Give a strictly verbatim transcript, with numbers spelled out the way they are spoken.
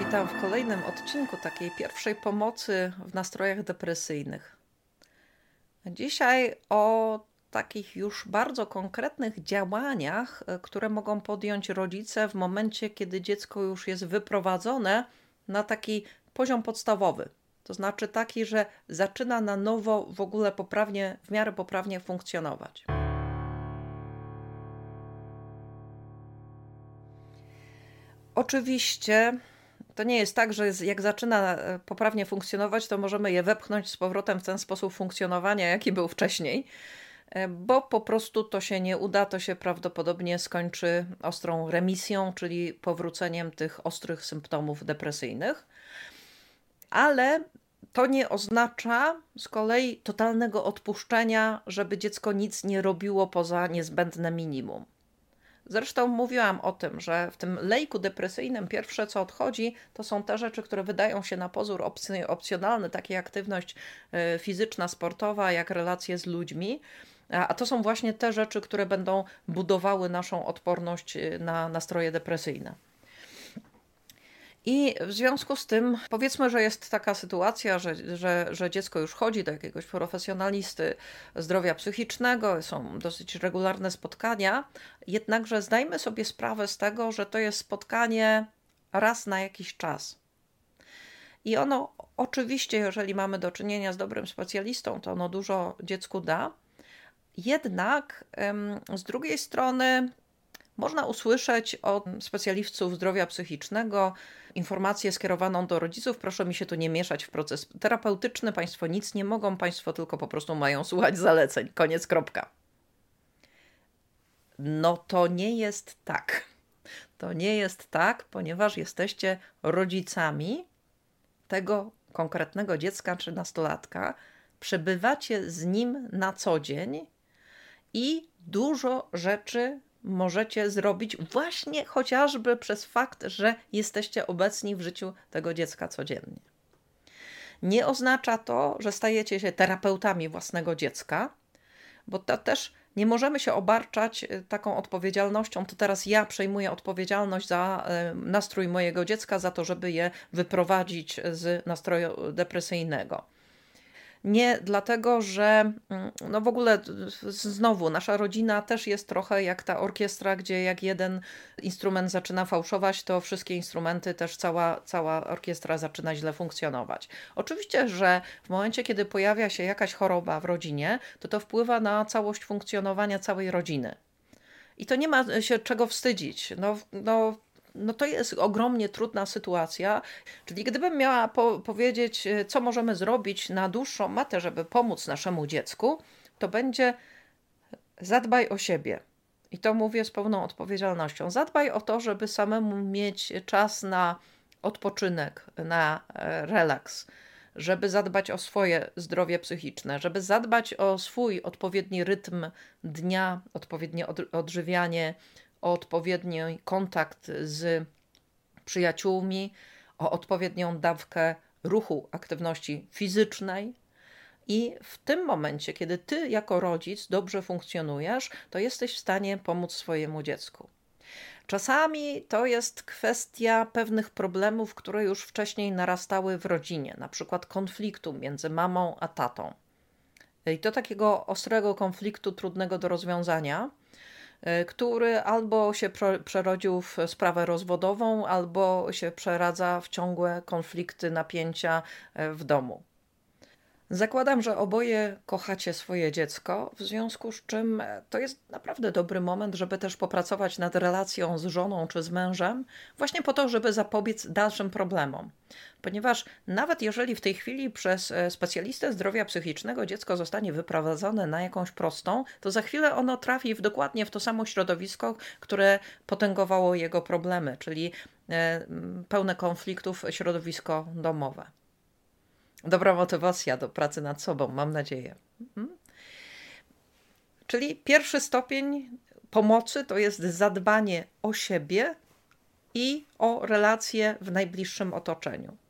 Witam w kolejnym odcinku takiej pierwszej pomocy w nastrojach depresyjnych. Dzisiaj o takich już bardzo konkretnych działaniach, które mogą podjąć rodzice w momencie, kiedy dziecko już jest wyprowadzone na taki poziom podstawowy. To znaczy taki, że zaczyna na nowo w ogóle poprawnie, w miarę poprawnie funkcjonować. Oczywiście to nie jest tak, że jak zaczyna poprawnie funkcjonować, to możemy je wepchnąć z powrotem w ten sposób funkcjonowania, jaki był wcześniej, bo po prostu to się nie uda, to się prawdopodobnie skończy ostrą remisją, czyli powróceniem tych ostrych symptomów depresyjnych. Ale to nie oznacza z kolei totalnego odpuszczenia, żeby dziecko nic nie robiło poza niezbędne minimum. Zresztą mówiłam o tym, że w tym lejku depresyjnym pierwsze co odchodzi, to są te rzeczy, które wydają się na pozór opcjonalne, takie jak aktywność fizyczna, sportowa, jak relacje z ludźmi, a to są właśnie te rzeczy, które będą budowały naszą odporność na nastroje depresyjne. I w związku z tym, powiedzmy, że jest taka sytuacja, że, że, że dziecko już chodzi do jakiegoś profesjonalisty zdrowia psychicznego, są dosyć regularne spotkania, jednakże zdajmy sobie sprawę z tego, że to jest spotkanie raz na jakiś czas. I ono oczywiście, jeżeli mamy do czynienia z dobrym specjalistą, to ono dużo dziecku da, jednak z drugiej strony można usłyszeć od specjalistów zdrowia psychicznego informację skierowaną do rodziców: proszę mi się tu nie mieszać w proces terapeutyczny, państwo nic nie mogą, państwo tylko po prostu mają słuchać zaleceń, koniec, kropka. No to nie jest tak. To nie jest tak, ponieważ jesteście rodzicami tego konkretnego dziecka czy nastolatka, przebywacie z nim na co dzień i dużo rzeczy możecie zrobić właśnie chociażby przez fakt, że jesteście obecni w życiu tego dziecka codziennie. Nie oznacza to, że stajecie się terapeutami własnego dziecka, bo to też nie możemy się obarczać taką odpowiedzialnością, to teraz ja przejmuję odpowiedzialność za nastrój mojego dziecka, za to, żeby je wyprowadzić z nastroju depresyjnego. Nie, dlatego że no w ogóle znowu nasza rodzina też jest trochę jak ta orkiestra, gdzie jak jeden instrument zaczyna fałszować, to wszystkie instrumenty, też cała, cała orkiestra zaczyna źle funkcjonować. Oczywiście, że w momencie, kiedy pojawia się jakaś choroba w rodzinie, to to wpływa na całość funkcjonowania całej rodziny. I to nie ma się czego wstydzić. No, no No to jest ogromnie trudna sytuacja, czyli gdybym miała po powiedzieć, co możemy zrobić na dłuższą metę, żeby pomóc naszemu dziecku, to będzie: zadbaj o siebie. I to mówię z pełną odpowiedzialnością. Zadbaj o to, żeby samemu mieć czas na odpoczynek, na relaks, żeby zadbać o swoje zdrowie psychiczne, żeby zadbać o swój odpowiedni rytm dnia, odpowiednie odżywianie, o odpowiedni kontakt z przyjaciółmi, o odpowiednią dawkę ruchu, aktywności fizycznej. I w tym momencie, kiedy ty jako rodzic dobrze funkcjonujesz, to jesteś w stanie pomóc swojemu dziecku. Czasami to jest kwestia pewnych problemów, które już wcześniej narastały w rodzinie, na przykład konfliktu między mamą a tatą. I to takiego ostrego konfliktu, trudnego do rozwiązania, który albo się przerodził w sprawę rozwodową, albo się przeradza w ciągłe konflikty, napięcia w domu. Zakładam, że oboje kochacie swoje dziecko, w związku z czym to jest naprawdę dobry moment, żeby też popracować nad relacją z żoną czy z mężem, właśnie po to, żeby zapobiec dalszym problemom. Ponieważ nawet jeżeli w tej chwili przez specjalistę zdrowia psychicznego dziecko zostanie wyprowadzone na jakąś prostą, to za chwilę ono trafi w dokładnie w to samo środowisko, które potęgowało jego problemy, czyli pełne konfliktów środowisko domowe. Dobra motywacja do pracy nad sobą, mam nadzieję. Mhm. Czyli pierwszy stopień pomocy to jest zadbanie o siebie i o relacje w najbliższym otoczeniu.